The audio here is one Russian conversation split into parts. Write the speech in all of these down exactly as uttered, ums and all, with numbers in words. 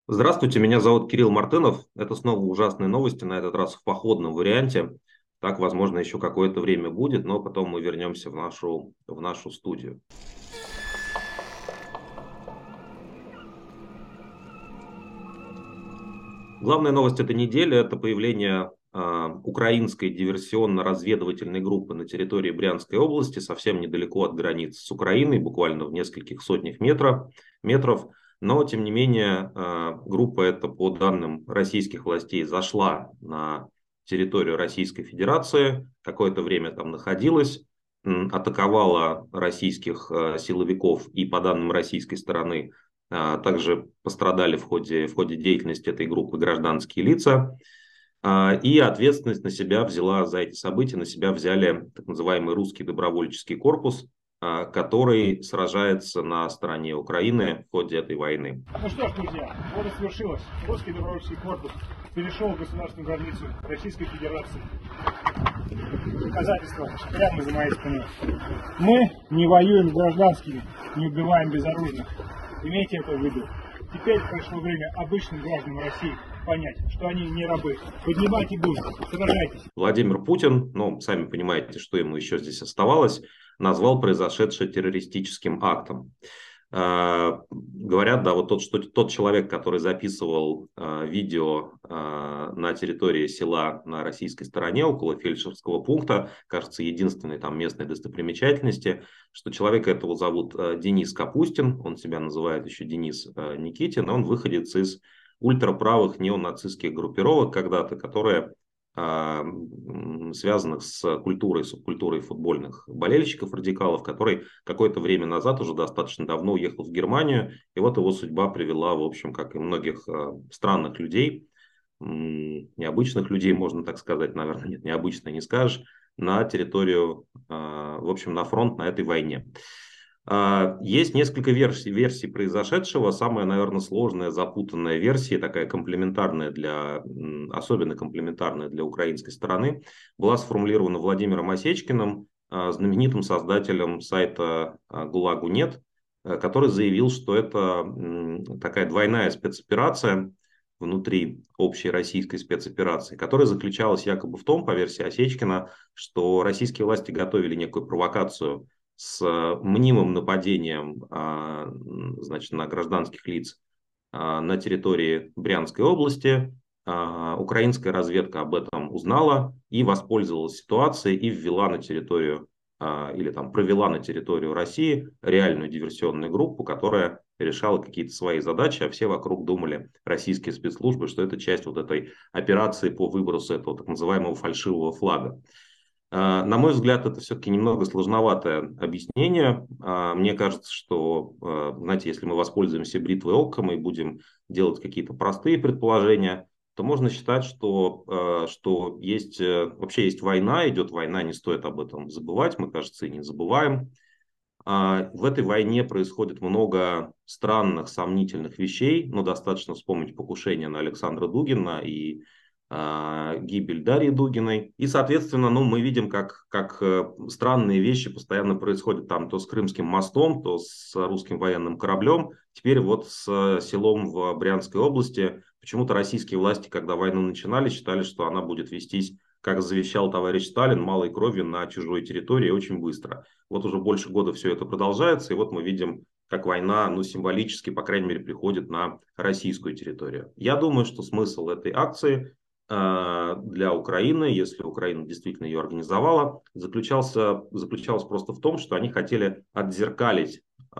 Здравствуйте, меня зовут Кирилл Мартынов. Это снова ужасные новости, на этот раз в походном варианте. Так, возможно, еще какое-то время будет, но потом мы вернемся в нашу, в нашу студию. Главная новость этой недели – это появление а, украинской диверсионно-разведывательной группы на территории Брянской области, совсем недалеко от границ с Украиной, буквально в нескольких сотнях метров. метров. Но, тем не менее, а, группа эта, по данным российских властей, зашла на территорию Российской Федерации, какое-то время там находилась, м, атаковала российских а, силовиков и, по данным российской стороны, а, также пострадали в ходе, в ходе деятельности этой группы гражданские лица. А, И ответственность на себя взяла за эти события, на себя взяли так называемый русский добровольческий корпус, а, который сражается на стороне Украины в ходе этой войны. Ну что ж, друзья, вот и свершилось. Русский добровольческий корпус перешел государственную границу Российской Федерации. Доказательства прямо за моей спиной. Мы не воюем с гражданскими, не убиваем безоружных. Имейте это в виду. Теперь пришло время обычным гражданам России понять, что они не рабы. Поднимайте дух, сражайтесь. Владимир Путин, ну, сами понимаете, что ему еще здесь оставалось, назвал произошедшее террористическим актом. Э, говорят, да, вот тот, что, тот человек, который записывал э, видео э, на территории села на российской стороне, около фельдшерского пункта, кажется, единственной там местной достопримечательности, что человека этого зовут э, Денис Капустин, он себя называет еще Денис э, Никитин, он выходец из ультраправых неонацистских группировок когда-то, которые а, связанных с культурой, субкультурой футбольных болельщиков, радикалов, который какое-то время назад, уже достаточно давно, уехал в Германию, и вот его судьба привела, в общем, как и многих а, странных людей, необычных людей, можно так сказать, наверное, нет, необычно не скажешь, на территорию, а, в общем, на фронт на этой войне. А, Есть несколько версий, версий произошедшего. Самая, наверное, сложная, запутанная версия, такая комплементарная для, м, особенно комплементарная для украинской стороны, была сформулирована Владимиром Осечкиным, а, знаменитым создателем сайта а, ГУЛАГу нет, а, который заявил, что это м, такая двойная спецоперация внутри общей российской спецоперации, которая заключалась якобы в том, по версии Осечкина, что российские власти готовили некую провокацию с мнимым нападением, а, значит, на гражданских лиц а, на территории Брянской области. А, Украинская разведка об этом узнала и воспользовалась ситуацией и ввела на территорию а, или там провела на территорию России реальную диверсионную группу, которая решала какие-то свои задачи, а все вокруг думали, российские спецслужбы, что это часть вот этой операции по выбросу этого так называемого фальшивого флага. А, На мой взгляд, это все-таки немного сложноватое объяснение. А, Мне кажется, что, а, знаете, если мы воспользуемся бритвой Оккама и будем делать какие-то простые предположения, то можно считать, что, а, что есть, э, вообще есть война, идет война, не стоит об этом забывать, мы, кажется, и не забываем. А, В этой войне происходит много странных, сомнительных вещей, но достаточно вспомнить покушение на Александра Дугина и а, гибель Дарьи Дугиной. И, соответственно, ну, мы видим, как, как э, странные вещи постоянно происходят там то с Крымским мостом, то с русским военным кораблем. Теперь вот с э, селом в Брянской области. Почему-то российские власти, когда войну начинали, считали, что она будет вестись, как завещал товарищ Сталин, малой кровью на чужой территории очень быстро. Вот уже больше года все это продолжается, и вот мы видим, как война, ну, символически, по крайней мере, приходит на российскую территорию. Я думаю, что смысл этой акции э, для Украины, если Украина действительно ее организовала, заключался, заключался просто в том, что они хотели отзеркалить э,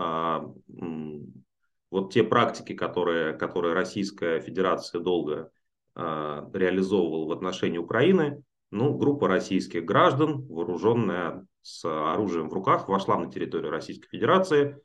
м, вот те практики, которые, которые Российская Федерация долго э, реализовывала в отношении Украины. Ну, группа российских граждан, вооруженная с оружием в руках, вошла на территорию Российской Федерации,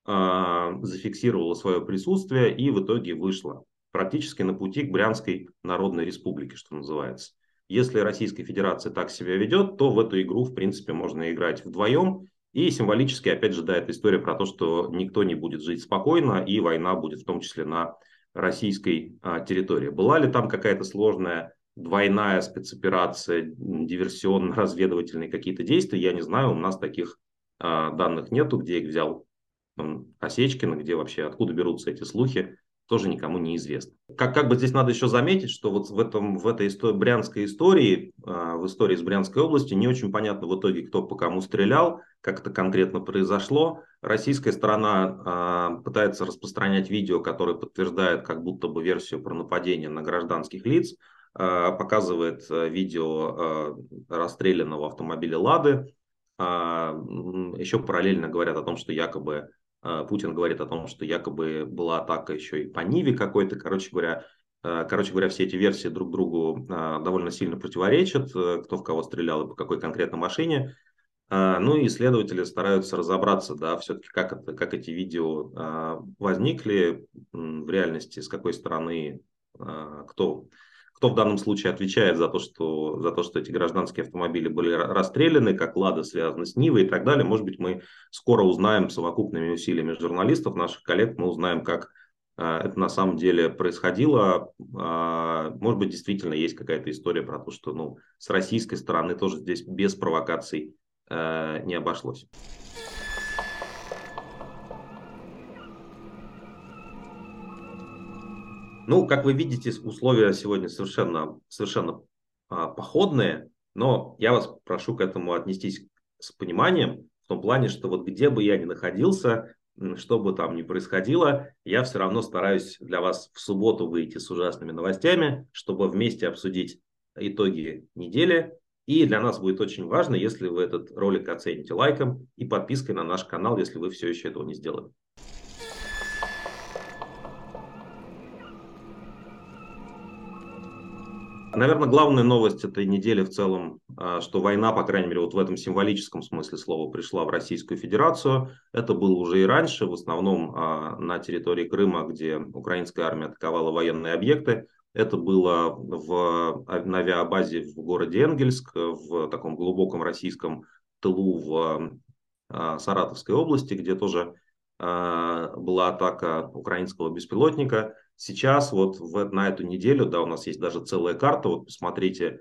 э, зафиксировала свое присутствие и в итоге вышла практически на пути к Брянской Народной Республике, что называется. Если Российская Федерация так себя ведет, то в эту игру, в принципе, можно играть вдвоем. И символически, опять же, да, эта история про то, что никто не будет жить спокойно, и война будет в том числе на российской а, территории. Была ли там какая-то сложная двойная спецоперация, диверсионно-разведывательные какие-то действия, я не знаю, у нас таких а, данных нету, где их взял м, Осечкин, где вообще, откуда берутся эти слухи, тоже никому не известно. Как, как бы здесь надо еще заметить, что вот в, этом, в этой истории, брянской истории, в истории с Брянской областью, не очень понятно в итоге, кто по кому стрелял, как это конкретно произошло. Российская сторона пытается распространять видео, которое подтверждает как будто бы версию про нападение на гражданских лиц, показывает видео расстрелянного автомобиля «Лады». Еще параллельно говорят о том, что якобы Путин говорит о том, что якобы была атака еще и по Ниве какой-то. Короче говоря, короче говоря, все эти версии друг другу довольно сильно противоречат, кто в кого стрелял и по какой конкретно машине. Ну и исследователи стараются разобраться, да, все-таки как, это, как эти видео возникли в реальности, с какой стороны, кто, кто в данном случае отвечает за то, что, за то, что эти гражданские автомобили были расстреляны, как «Лада» связана с Нивой и так далее. Может быть, мы скоро узнаем совокупными усилиями журналистов, наших коллег, мы узнаем, как это на самом деле происходило. Может быть, действительно есть какая-то история про то, что ну, с российской стороны тоже здесь без провокаций не обошлось. Ну, как вы видите, условия сегодня совершенно, совершенно а, походные, но я вас прошу к этому отнестись с пониманием, в том плане, что вот где бы я ни находился, что бы там ни происходило, я все равно стараюсь для вас в субботу выйти с ужасными новостями, чтобы вместе обсудить итоги недели. И для нас будет очень важно, если вы этот ролик оцените лайком и подпиской на наш канал, если вы все еще этого не сделали. Наверное, главная новость этой недели в целом, что война, по крайней мере, вот в этом символическом смысле слова, пришла в Российскую Федерацию. Это было уже и раньше, в основном на территории Крыма, где украинская армия атаковала военные объекты. Это было в, на авиабазе в городе Энгельск, в таком глубоком российском тылу в Саратовской области, где тоже была атака украинского беспилотника. Сейчас вот в, на эту неделю, да, у нас есть даже целая карта, вот посмотрите,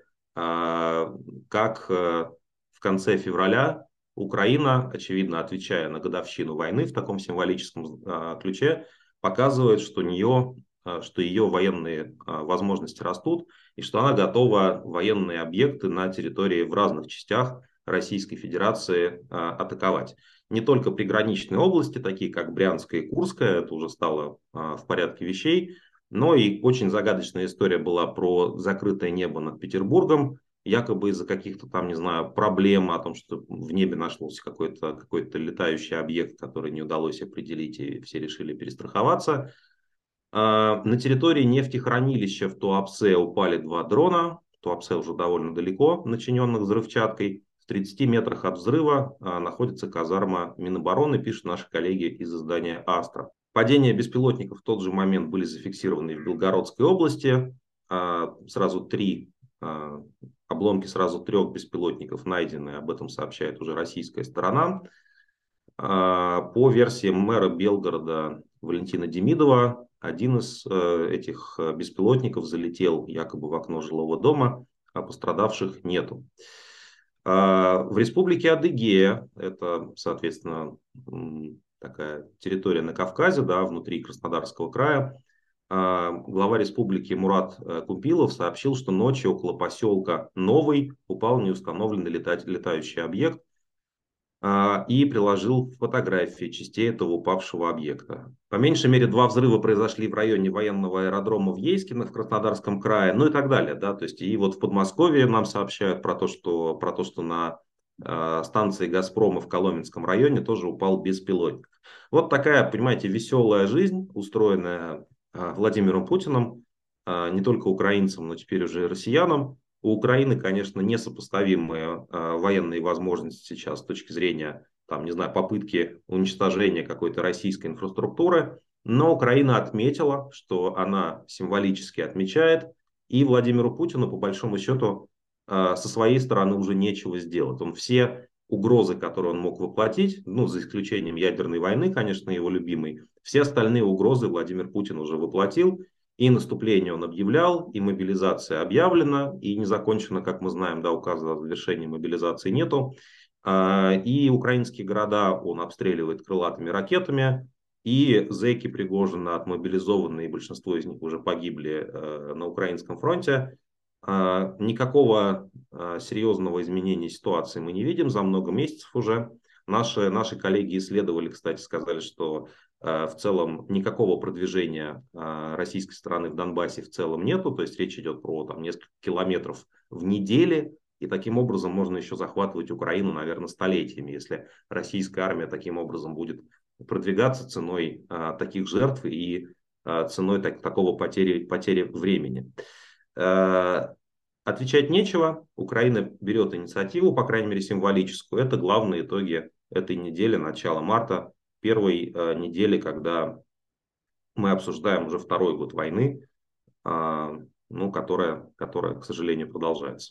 как в конце февраля Украина, очевидно, отвечая на годовщину войны в таком символическом ключе, показывает, что, нее, что ее военные возможности растут и что она готова военные объекты на территории в разных частях Российской Федерации атаковать. Не только приграничные области, такие как Брянская и Курская, это уже стало в порядке вещей, но и очень загадочная история была про закрытое небо над Петербургом, якобы из-за каких-то там, не знаю, проблем о том, что в небе нашелся какой-то какой-то летающий объект, который не удалось определить, и все решили перестраховаться. На территории нефтехранилища в Туапсе упали два дрона, Туапсе уже довольно далеко, начиненных взрывчаткой. В тридцати метрах от взрыва а, находится казарма Минобороны, пишут наши коллеги из издания «Астра». Падения беспилотников в тот же момент были зафиксированы в Белгородской области. А, сразу три, а, обломки сразу трех беспилотников найдены, об этом сообщает уже российская сторона. А, по версии мэра Белгорода Валентина Демидова, один из а, этих беспилотников залетел якобы в окно жилого дома, а пострадавших нету. В республике Адыгея, это, соответственно, такая территория на Кавказе, да, внутри Краснодарского края, глава республики Мурат Купилов сообщил, что ночью около поселка Новый упал неустановленный летать, летающий объект и приложил фотографии частей этого упавшего объекта. По меньшей мере два взрыва произошли в районе военного аэродрома в Ейскино в Краснодарском крае, ну и так далее. Да? То есть, и вот в Подмосковье нам сообщают про то, что, про то, что на э, станции «Газпрома» в Коломенском районе тоже упал беспилотник. Вот такая, понимаете, веселая жизнь, устроенная э, Владимиром Путиным, э, не только украинцам, но теперь уже и россиянам. У Украины, конечно, несопоставимые э, военные возможности сейчас с точки зрения, там, не знаю, попытки уничтожения какой-то российской инфраструктуры, но Украина отметила, что она символически отмечает, и Владимиру Путину, по большому счету, э, со своей стороны уже нечего сделать. Он все угрозы, которые он мог воплотить, ну, за исключением ядерной войны, конечно, его любимой, все остальные угрозы Владимир Путин уже воплотил. И наступление он объявлял, и мобилизация объявлена, и не закончена, как мы знаем, да, указа о завершении мобилизации нету. И украинские города он обстреливает крылатыми ракетами, и зэки Пригожина, отмобилизованные, большинство из них уже погибли э, на украинском фронте. Э, никакого э, серьезного изменения ситуации мы не видим за много месяцев уже. Наши, наши коллеги исследовали, кстати, сказали, что э, в целом никакого продвижения э, российской стороны в Донбассе в целом нету. То есть речь идет про там, несколько километров в неделю. И таким образом можно еще захватывать Украину, наверное, столетиями, если российская армия таким образом будет продвигаться ценой а, таких жертв и а, ценой так, такого потери, потери времени. А, отвечать нечего. Украина берет инициативу, по крайней мере символическую. Это главные итоги этой недели, начала марта, первой а, недели, когда мы обсуждаем уже второй год войны, а, ну, которая, которая, к сожалению, продолжается.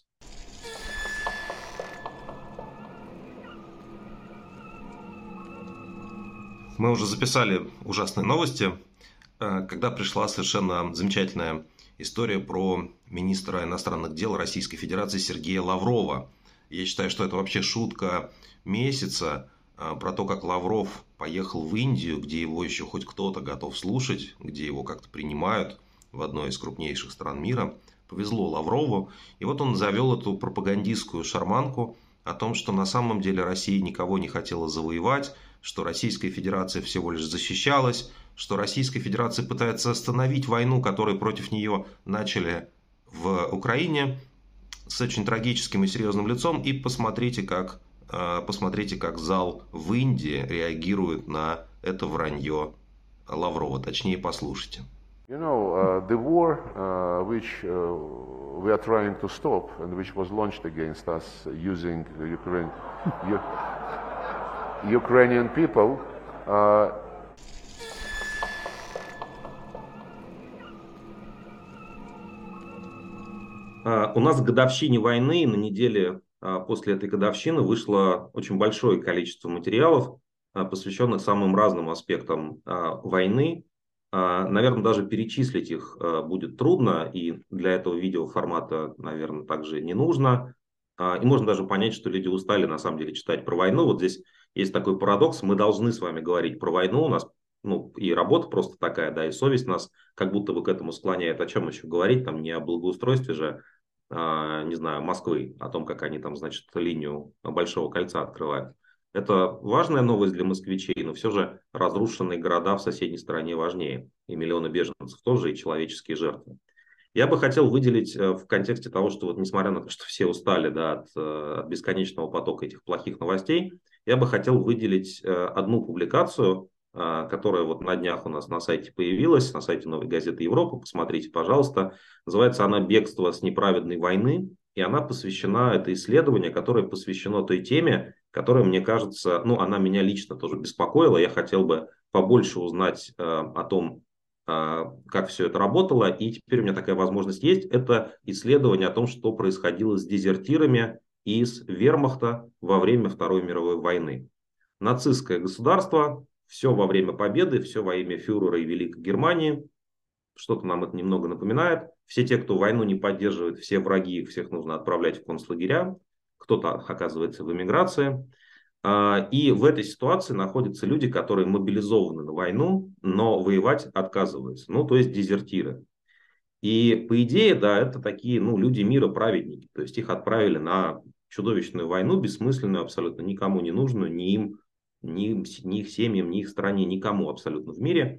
Мы уже записали ужасные новости, когда пришла совершенно замечательная история про министра иностранных дел Российской Федерации Сергея Лаврова. Я считаю, что это вообще шутка месяца, про то, как Лавров поехал в Индию, где его еще хоть кто-то готов слушать, где его как-то принимают в одной из крупнейших стран мира. Повезло Лаврову. И вот он завел эту пропагандистскую шарманку о том, что на самом деле Россия никого не хотела завоевать, что Российская Федерация всего лишь защищалась, что Российская Федерация пытается остановить войну, которую против нее начали в Украине, с очень трагическим и серьезным лицом. И посмотрите, как, посмотрите, как зал в Индии реагирует на это вранье Лаврова. Точнее, послушайте. You know, uh, the war uh, which uh, we are trying to stop and which was launched against us using Ukraine, U Ukrainian people, uh, У нас к годовщине войны, на неделе после этой годовщины вышло очень большое количество материалов, посвященных самым разным аспектам войны. Наверное, даже перечислить их будет трудно, и для этого видеоформата, наверное, также не нужно. И можно даже понять, что люди устали на самом деле читать про войну. Вот здесь есть такой парадокс, мы должны с вами говорить про войну, у нас ну, и работа просто такая, да, и совесть нас как будто бы к этому склоняет. О чем еще говорить, там не о благоустройстве же, а, не знаю, Москвы, о том, как они там, значит, линию Большого кольца открывают. Это важная новость для москвичей, но все же разрушенные города в соседней стране важнее. И миллионы беженцев тоже, и человеческие жертвы. Я бы хотел выделить в контексте того, что вот несмотря на то, что все устали да, от, от бесконечного потока этих плохих новостей, я бы хотел выделить одну публикацию, которая вот на днях у нас на сайте появилась, на сайте Новой газеты Европы. Посмотрите, пожалуйста. Называется она «Бегство с неправедной войны». И она посвящена, это исследование, которое посвящено той теме, которая, мне кажется, ну, она меня лично тоже беспокоила. Я хотел бы побольше узнать э, о том, э, как все это работало. И теперь у меня такая возможность есть. Это исследование о том, что происходило с дезертирами из вермахта во время Второй мировой войны. Нацистское государство, все во время победы, все во имя фюрера и Великой Германии. Что-то нам это немного напоминает. Все те, кто войну не поддерживает, все враги, их всех нужно отправлять в концлагеря. Кто-то оказывается в эмиграции. И в этой ситуации находятся люди, которые мобилизованы на войну, но воевать отказываются. Ну, то есть дезертиры. И по идее, да, это такие ну, люди мира, праведники. То есть их отправили на чудовищную войну, бессмысленную, абсолютно никому не нужную, ни им, ни, ни их семьям, ни их стране, никому абсолютно в мире.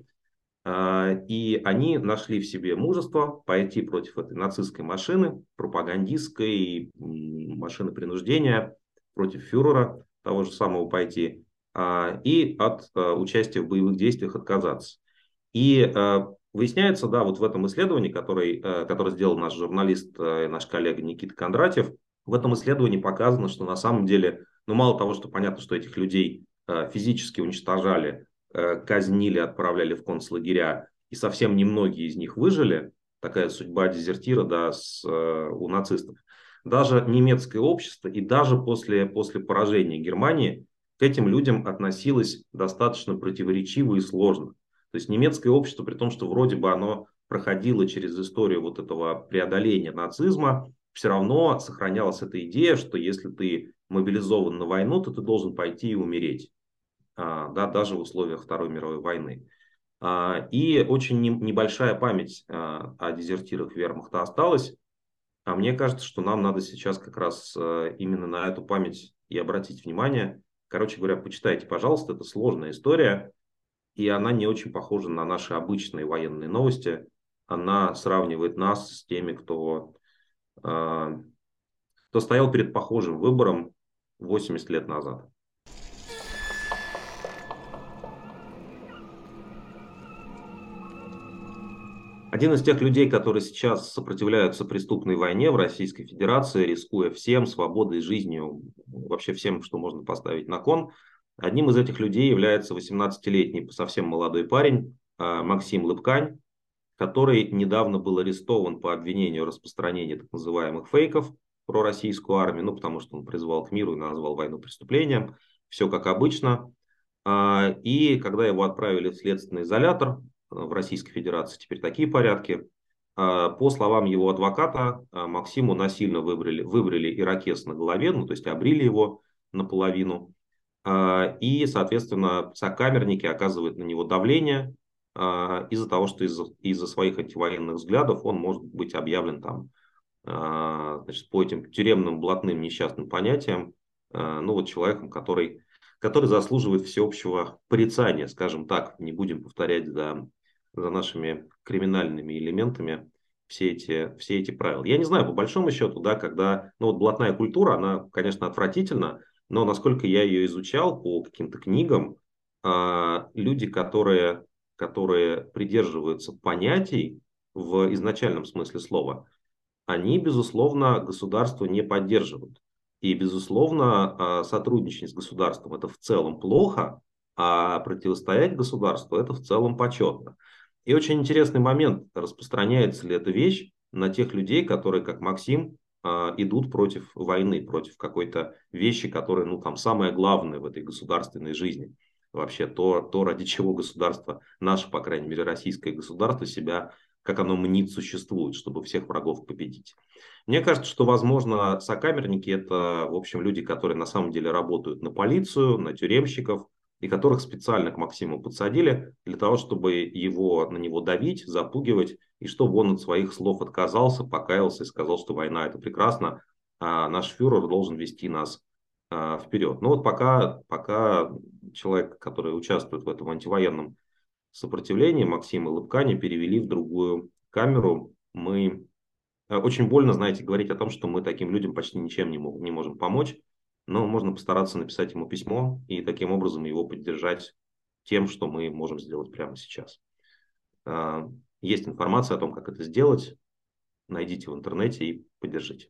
И они нашли в себе мужество пойти против этой нацистской машины, пропагандистской машины принуждения, против фюрера, того же самого пойти, и от участия в боевых действиях отказаться. И выясняется, да, вот в этом исследовании, который, который сделал наш журналист, наш коллега Никита Кондратьев, в этом исследовании показано, что на самом деле, ну мало того, что понятно, что этих людей физически уничтожали, казнили, отправляли в концлагеря, и совсем немногие из них выжили, такая судьба дезертира да, с, у нацистов. Даже немецкое общество и даже после, после поражения Германии к этим людям относилось достаточно противоречиво и сложно. То есть немецкое общество, при том, что вроде бы оно проходило через историю вот этого преодоления нацизма, все равно сохранялась эта идея, что если ты мобилизован на войну, то ты должен пойти и умереть. да, даже в условиях Второй мировой войны. И очень небольшая память о дезертирах вермахта осталась. А мне кажется, что нам надо сейчас как раз именно на эту память и обратить внимание. Короче говоря, почитайте, пожалуйста, это сложная история, и она не очень похожа на наши обычные военные новости. Она сравнивает нас с теми, кто, кто стоял перед похожим выбором восемьдесят лет назад. Один из тех людей, которые сейчас сопротивляются преступной войне в Российской Федерации, рискуя всем, свободой, жизнью, вообще всем, что можно поставить на кон, одним из этих людей является восемнадцатилетний совсем молодой парень Максим Лыбкань, который недавно был арестован по обвинению в распространении так называемых фейков про российскую армию, ну потому что он призвал к миру и назвал войну преступлением, все как обычно. И когда его отправили в следственный изолятор, в Российской Федерации теперь такие порядки. По словам его адвоката, Максиму насильно выбрали, выбрали ирокез на голове, ну, то есть обрили его наполовину. И, соответственно, сокамерники оказывают на него давление из-за того, что из-за, из-за своих антивоенных взглядов он может быть объявлен там, значит, по этим тюремным блатным несчастным понятиям, ну, вот человеком, который, который заслуживает всеобщего порицания, скажем так. Не будем повторять за за нашими криминальными элементами все эти, все эти правила. Я не знаю, по большому счету, да, когда, ну вот блатная культура, она, конечно, отвратительна, но насколько я ее изучал по каким-то книгам, а, люди, которые, которые придерживаются понятий в изначальном смысле слова, они, безусловно, государство не поддерживают. И, безусловно, сотрудничать с государством это в целом плохо, а противостоять государству это в целом почетно. И очень интересный момент, распространяется ли эта вещь на тех людей, которые, как Максим, идут против войны, против какой-то вещи, которая, ну, там, самое главное в этой государственной жизни. Вообще то, то, ради чего государство, наше, по крайней мере, российское государство себя, как оно мнит, существует, чтобы всех врагов победить. Мне кажется, что, возможно, сокамерники это, в общем, люди, которые на самом деле работают на полицию, на тюремщиков, и которых специально к Максиму подсадили для того, чтобы его, на него давить, запугивать, и чтобы он от своих слов отказался, покаялся и сказал, что война это прекрасно, а наш фюрер должен вести нас а, вперед. Но вот пока, пока человек, который участвует в этом антивоенном сопротивлении, Максима Лыбкани, перевели в другую камеру, мы... Очень больно, знаете, говорить о том, что мы таким людям почти ничем не, мог, не можем помочь. Но можно постараться написать ему письмо и таким образом его поддержать тем, что мы можем сделать прямо сейчас. Есть информация о том, как это сделать. Найдите в интернете и поддержите.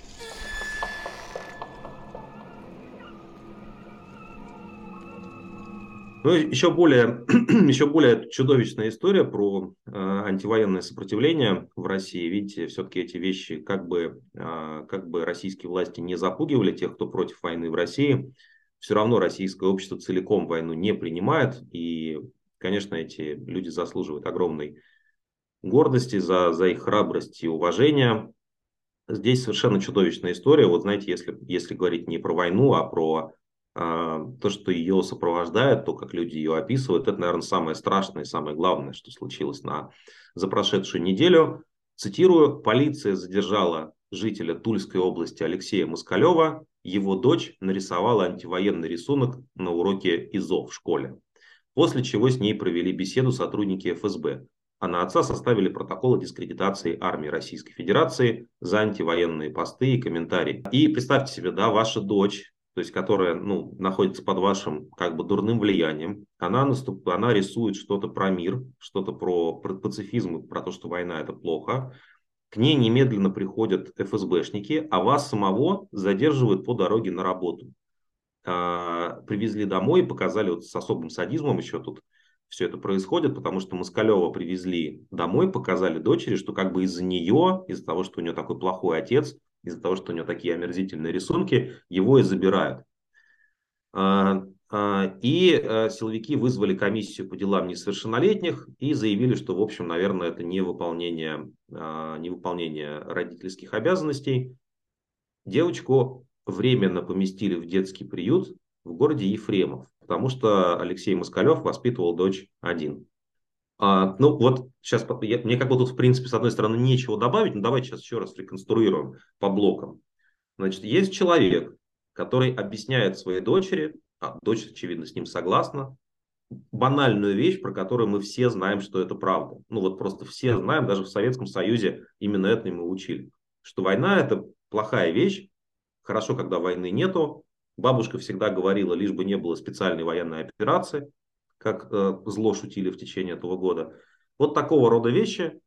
Ну, еще более, еще более чудовищная история про э, антивоенное сопротивление в России. Видите, все-таки эти вещи, как бы, э, как бы российские власти не запугивали тех, кто против войны в России, все равно российское общество целиком войну не принимает. И, конечно, эти люди заслуживают огромной гордости за, за их храбрость и уважение. Здесь совершенно чудовищная история. Вот знаете, если, если говорить не про войну, а про то, что ее сопровождает, то, как люди ее описывают, это, наверное, самое страшное и самое главное, что случилось на, за прошедшую неделю. Цитирую: полиция задержала жителя Тульской области Алексея Москалева. Его дочь нарисовала антивоенный рисунок на уроке ИЗО в школе. После чего с ней провели беседу сотрудники эф эс бэ. А на отца составили протокол о дискредитации армии Российской Федерации за антивоенные посты и комментарии. И представьте себе, да, ваша дочь, то есть которая, ну, находится под вашим как бы дурным влиянием, она, наступ, она рисует что-то про мир, что-то про, про пацифизм, про то, что война это плохо. К ней немедленно приходят эф эс бэшники, а вас самого задерживают по дороге на работу. А, привезли домой и показали вот с особым садизмом еще тут все это происходит, потому что Москалева привезли домой, показали дочери, что как бы из-за нее, из-за того, что у нее такой плохой отец, из-за того, что у него такие омерзительные рисунки, его и забирают. И силовики вызвали комиссию по делам несовершеннолетних и заявили, что, в общем, наверное, это не выполнение, не выполнение родительских обязанностей. Девочку временно поместили в детский приют в городе Ефремов. потому что Алексей Москалев воспитывал дочь один. А, ну вот сейчас я, мне как бы тут в принципе с одной стороны нечего добавить, но давайте сейчас еще раз реконструируем по блокам. Значит, есть человек, который объясняет своей дочери, а дочь очевидно с ним согласна, банальную вещь, про которую мы все знаем, что это правда. Ну вот просто все знаем, даже в Советском Союзе именно это мы учили, что война это плохая вещь, хорошо, когда войны нету. Бабушка всегда говорила, лишь бы не было специальной военной операции, как э, зло шутили в течение этого года. Вот такого рода вещи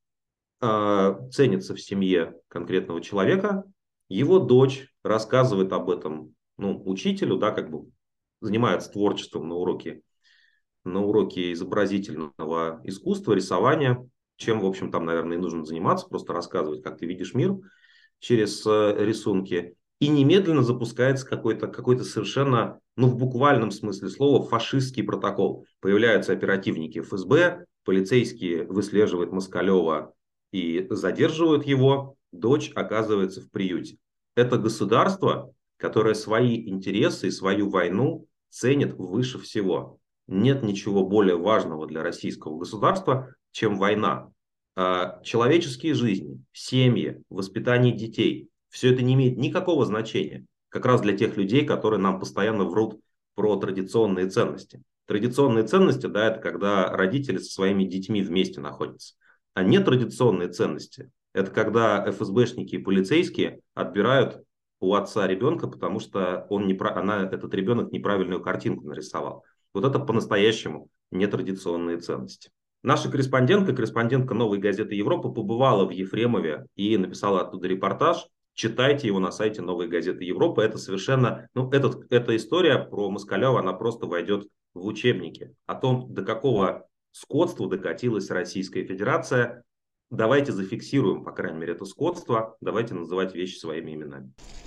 э, ценятся в семье конкретного человека. Его дочь рассказывает об этом ну, учителю, да, как бы занимается творчеством на уроке, на уроке изобразительного искусства, рисования, чем, в общем, там, наверное, и нужно заниматься, просто рассказывать, как ты видишь мир через э, рисунки. И немедленно запускается какой-то какой-то совершенно, ну, в буквальном смысле слова, фашистский протокол. Появляются оперативники эф эс бэ, полицейские выслеживают Москалева и задерживают его. Дочь оказывается в приюте. Это государство, которое свои интересы и свою войну ценит выше всего. Нет ничего более важного для российского государства, чем война. Человеческие жизни, семьи, воспитание детей – все это не имеет никакого значения. Как раз для тех людей, которые нам постоянно врут про традиционные ценности. Традиционные ценности, да, это когда родители со своими детьми вместе находятся. А нетрадиционные ценности – это когда эф эс бэшники и полицейские отбирают у отца ребенка, потому что он не, она, этот ребенок неправильную картинку нарисовал. Вот это по-настоящему нетрадиционные ценности. Наша корреспондентка, корреспондентка «Новой газеты Европа» побывала в Ефремове и написала оттуда репортаж. Читайте его на сайте «Новой газеты Европы». Это совершенно, ну, этот, эта история про Москалева, она просто войдет в учебники. О том, до какого скотства докатилась Российская Федерация. Давайте зафиксируем, по крайней мере, это скотство. Давайте называть вещи своими именами.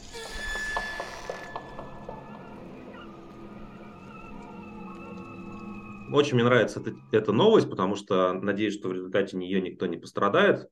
Очень мне нравится эта, эта новость, потому что надеюсь, что в результате нее никто не пострадает.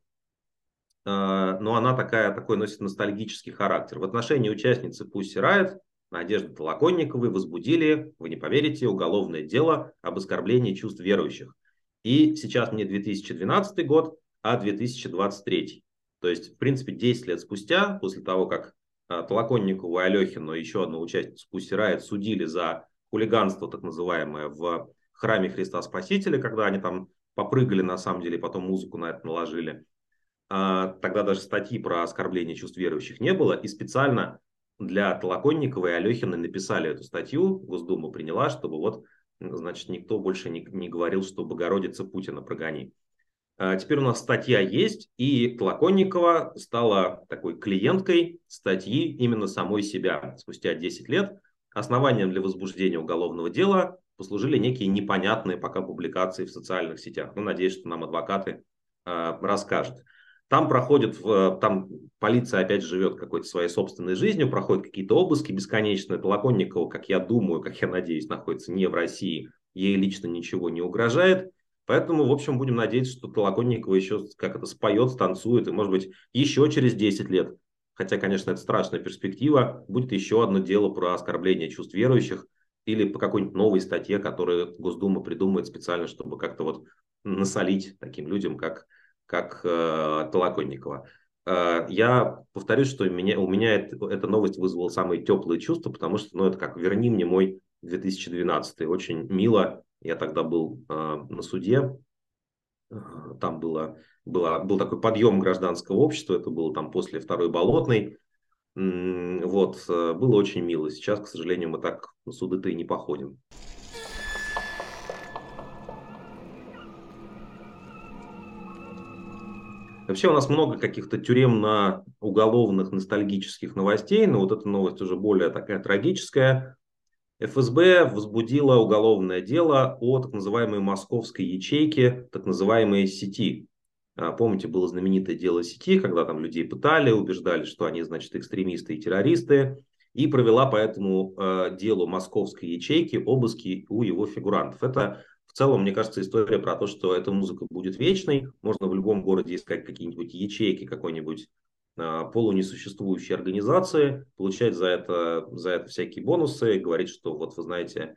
Но она такая, такой носит ностальгический характер. В отношении участницы Pussy Riot Надежды Толоконниковой возбудили, вы не поверите, уголовное дело об оскорблении чувств верующих. И сейчас не две тысячи двенадцатый год, а две тысячи двадцать третий. То есть, в принципе, десять лет спустя, после того, как Толоконникову и Алехину и еще одну участницу Pussy Riot судили за хулиганство, так называемое, в храме Христа Спасителя, когда они там попрыгали, на самом деле, потом музыку на это наложили. Тогда даже статьи про оскорбление чувств верующих не было. И специально для Толоконниковой и Алехиной написали эту статью. Госдума приняла, чтобы вот, значит, никто больше не, не говорил, что Богородица Путина прогони. А теперь у нас статья есть. И Толоконникова стала такой клиенткой статьи именно самой себя. Спустя десять лет основанием для возбуждения уголовного дела послужили некие непонятные пока публикации в социальных сетях. Ну, надеюсь, что нам адвокаты э, расскажут. Там проходит, там полиция опять живет какой-то своей собственной жизнью, проходят какие-то обыски бесконечные. Толоконникова, как я думаю, как я надеюсь, находится не в России, ей лично ничего не угрожает. Поэтому, в общем, будем надеяться, что Толоконникова еще как это споет, станцует, и, может быть, еще через десять лет, хотя, конечно, это страшная перспектива, будет еще одно дело про оскорбление чувств верующих или по какой-нибудь новой статье, которую Госдума придумает специально, чтобы как-то вот насолить таким людям, как как э, Толоконникова. Э, я повторюсь, что меня, у меня это, эта новость вызвала самые теплые чувства, потому что ну, это как «Верни мне мой две тысячи двенадцатый». Очень мило. Я тогда был э, на суде. Там было, было, был такой подъем гражданского общества. Это было там после второй Болотной. Вот. Было очень мило. Сейчас, к сожалению, мы так на суды-то и не походим. Вообще у нас много каких-то тюремно-уголовных ностальгических новостей, но вот эта новость уже более такая трагическая. эф эс бэ возбудила уголовное дело о так называемой московской ячейке, так называемой сети. Помните, было знаменитое дело сети, когда там людей пытали, убеждали, что они, значит, экстремисты и террористы. И провела по этому э, делу московской ячейки обыски у его фигурантов. Это в целом, мне кажется, история про то, что эта музыка будет вечной. Можно в любом городе искать какие-нибудь ячейки какой-нибудь э, полунесуществующей организации, получать за это, за это всякие бонусы, говорить, что вот вы знаете,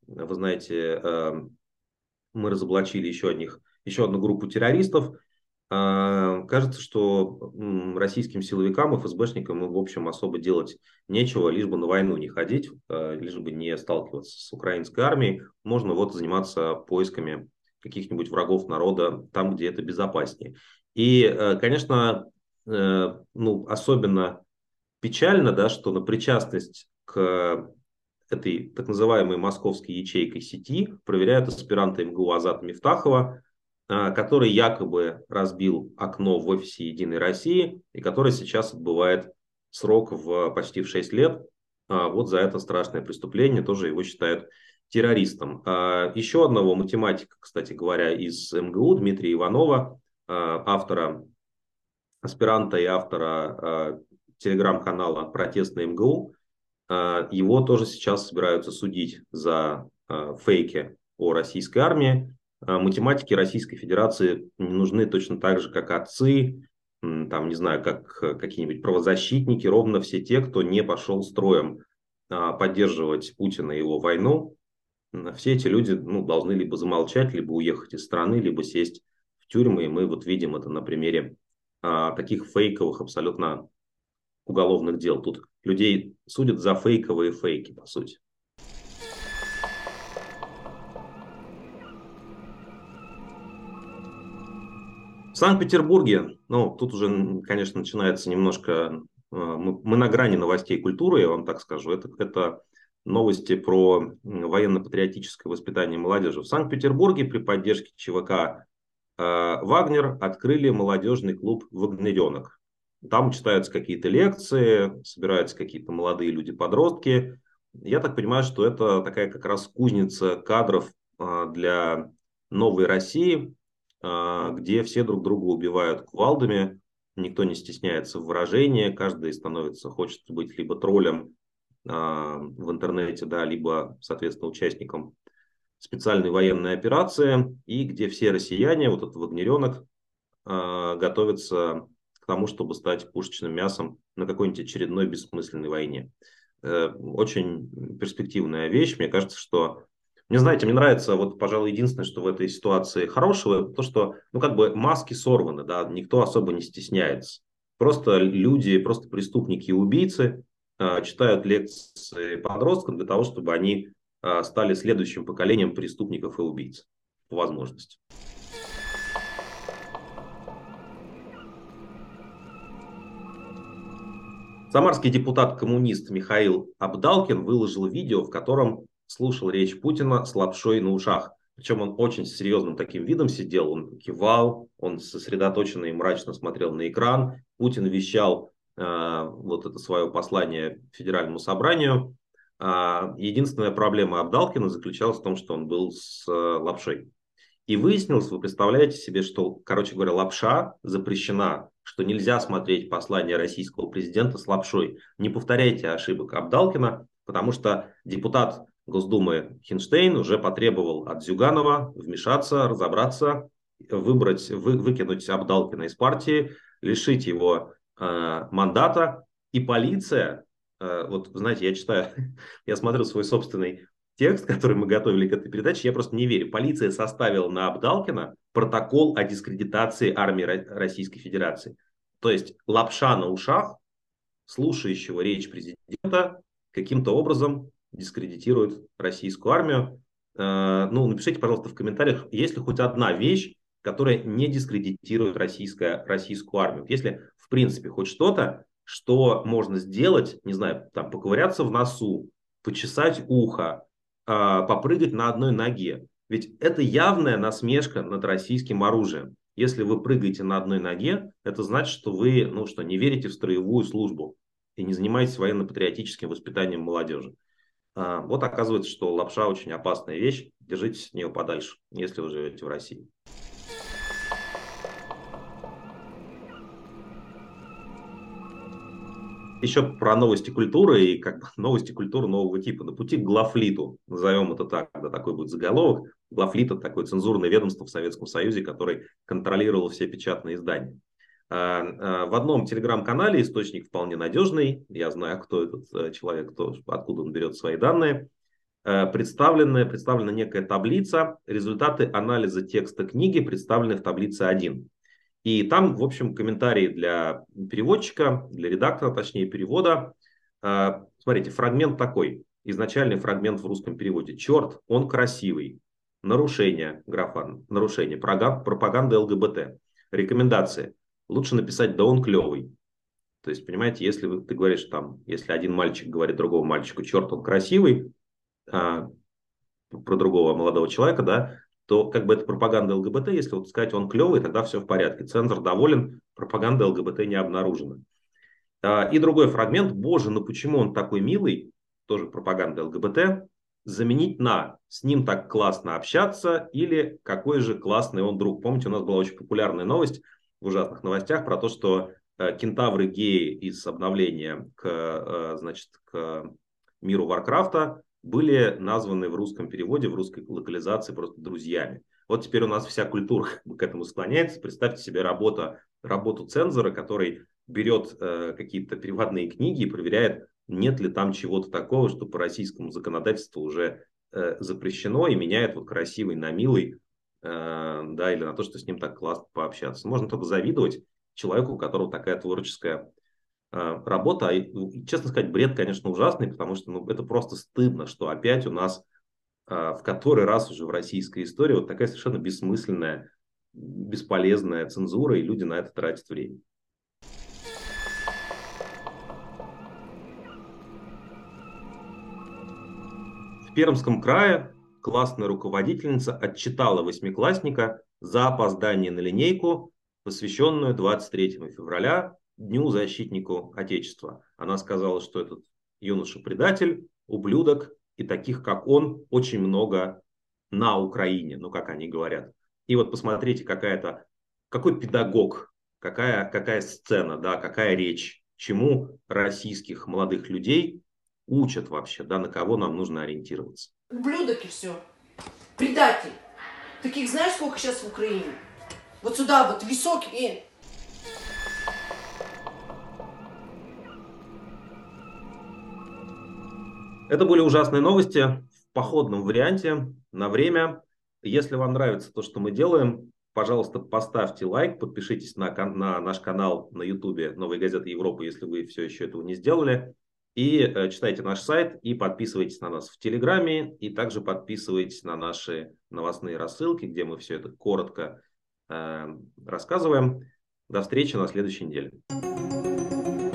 вы знаете, мы разоблачили еще, одних, еще одну группу террористов. Кажется, что российским силовикам, эф эс бэшникам, в общем, особо делать нечего, лишь бы на войну не ходить, лишь бы не сталкиваться с украинской армией. Можно вот заниматься поисками каких-нибудь врагов народа там, где это безопаснее. И, конечно, ну, особенно печально, да, что на причастность к этой так называемой московской ячейкой сети проверяют аспиранта эм гэ у Азата Мифтахова, который якобы разбил окно в офисе «Единой России» и который сейчас отбывает срок в почти в шесть лет. Вот за это страшное преступление тоже его считают террористом. Еще одного математика, кстати говоря, из эм гэ у, Дмитрия Иванова, автора, аспиранта и автора телеграм-канала «Протестный эм гэ у», его тоже сейчас собираются судить за фейки о российской армии. Математики Российской Федерации не нужны точно так же, как отцы, там, не знаю, как какие-нибудь правозащитники, ровно все те, кто не пошел строем поддерживать Путина и его войну. Все эти люди, ну, должны либо замолчать, либо уехать из страны, либо сесть в тюрьмы. И мы вот видим это на примере а, таких фейковых абсолютно уголовных дел. Тут людей судят за фейковые фейки, по сути. В Санкт-Петербурге, ну, тут уже, конечно, начинается немножко... Мы, мы на грани новостей культуры, я вам так скажу. Это, это новости про военно-патриотическое воспитание молодежи. В Санкт-Петербурге при поддержке ЧВК э, «Вагнер» открыли молодежный клуб «Вагнеренок». Там читаются какие-то лекции, собираются какие-то молодые люди-подростки. Я так понимаю, что это такая как раз кузница кадров э, для новой России, где все друг друга убивают кувалдами, никто не стесняется в выражении, каждый становится, хочет быть либо троллем э, в интернете, да, либо, соответственно, участником специальной военной операции, и где все россияне, вот этот вагнеренок, э, готовятся к тому, чтобы стать пушечным мясом на какой-нибудь очередной бессмысленной войне. Э, очень перспективная вещь, мне кажется, что Мне, знаете, мне нравится, вот, пожалуй, единственное, что в этой ситуации хорошего, то, что, ну, как бы маски сорваны, да, никто особо не стесняется. Просто люди, просто преступники и убийцы э, читают лекции подросткам для того, чтобы они э, стали следующим поколением преступников и убийц, по возможности. Самарский депутат-коммунист Михаил Абдалкин выложил видео, в котором слушал речь Путина с лапшой на ушах. Причем он очень серьезным таким видом сидел, он кивал, он сосредоточенно и мрачно смотрел на экран. Путин вещал э, вот это свое послание Федеральному собранию. Э, единственная проблема Абдалкина заключалась в том, что он был с э, лапшой. И выяснилось, вы представляете себе, что, короче говоря, лапша запрещена, что нельзя смотреть послание российского президента с лапшой. Не повторяйте ошибок Абдалкина, потому что депутат Госдумы Хинштейн уже потребовал от Зюганова вмешаться, разобраться, выбрать, вы, выкинуть Абдалкина из партии, лишить его э, мандата. И полиция, э, вот знаете, я читаю, я смотрю свой собственный текст, который мы готовили к этой передаче, я просто не верю. Полиция составила на Абдалкина протокол о дискредитации армии Российской Федерации. То есть лапша на ушах слушающего речь президента каким-то образом дискредитирует российскую армию. Ну, напишите, пожалуйста, в комментариях, есть ли хоть одна вещь, которая не дискредитирует российское, российскую армию. Если, в принципе, хоть что-то, что можно сделать, не знаю, там, поковыряться в носу, почесать ухо, попрыгать на одной ноге. Ведь это явная насмешка над российским оружием. Если вы прыгаете на одной ноге, это значит, что вы, ну что, не верите в строевую службу и не занимаетесь военно-патриотическим воспитанием молодежи. Вот оказывается, что лапша очень опасная вещь. Держитесь от нее подальше, если вы живете в России. Еще про новости культуры и как бы новости культуры нового типа. На пути к Главлиту, назовем это так, да, такой будет заголовок. Главлит — это такое цензурное ведомство в Советском Союзе, которое контролировало все печатные издания. В одном телеграм-канале, источник вполне надежный, я знаю, кто этот человек, кто, откуда он берет свои данные, представлены, представлена некая таблица, результаты анализа текста книги представлены в таблице один. И там, в общем, комментарии для переводчика, для редактора, точнее, перевода. Смотрите, фрагмент такой, изначальный фрагмент в русском переводе. Черт, он красивый. Нарушение, графа, нарушение, пропаганда ЛГБТ. Рекомендации. Лучше написать, да он клевый. То есть, понимаете, если ты говоришь там, если один мальчик говорит другому мальчику, черт, он красивый, а, про другого молодого человека, да, то как бы это пропаганда ЛГБТ. Если вот сказать, он клевый, тогда все в порядке. Цензор доволен, пропаганда ЛГБТ не обнаружена. А, и другой фрагмент. Боже, ну почему он такой милый? Тоже пропаганда ЛГБТ. Заменить на «с ним так классно общаться» или «какой же классный он друг». Помните, у нас была очень популярная новость в ужасных новостях про то, что э, кентавры геи из обновления к, э, значит, к миру Варкрафта были названы в русском переводе, в русской локализации просто друзьями. Вот теперь у нас вся культура к этому склоняется. Представьте себе работу, работу цензора, который берет э, какие-то переводные книги и проверяет, нет ли там чего-то такого, что по российскому законодательству уже э, запрещено, и меняет вот красивый на милый, э, да, или на то, что с ним так классно пообщаться. Можно только завидовать человеку, у которого такая творческая э, работа. И, честно сказать, бред, конечно, ужасный, потому что ну, это просто стыдно, что опять у нас э, в который раз уже в российской истории вот такая совершенно бессмысленная, бесполезная цензура, и люди на это тратят время. В Пермском крае классная руководительница отчитала восьмиклассника за опоздание на линейку, посвященную двадцать третьему февраля, Дню защитнику Отечества. Она сказала, что этот юноша предатель, ублюдок, и таких, как он, очень много на Украине, ну, как они говорят. И вот посмотрите, какая-то, какой педагог, какая, какая сцена, да, какая речь, чему российских молодых людей учат вообще, да, на кого нам нужно ориентироваться. Ублюдок и все. Предатель. Таких знаешь, сколько сейчас в Украине? Вот сюда вот, высокие. Это были ужасные новости в походном варианте на время. Если вам нравится то, что мы делаем, пожалуйста, поставьте лайк, подпишитесь на, на наш канал на YouTube «Новой газеты Европы», если вы все еще этого не сделали. И э, читайте наш сайт, и подписывайтесь на нас в Телеграме, и также подписывайтесь на наши новостные рассылки, где мы все это коротко э, рассказываем. До встречи на следующей неделе.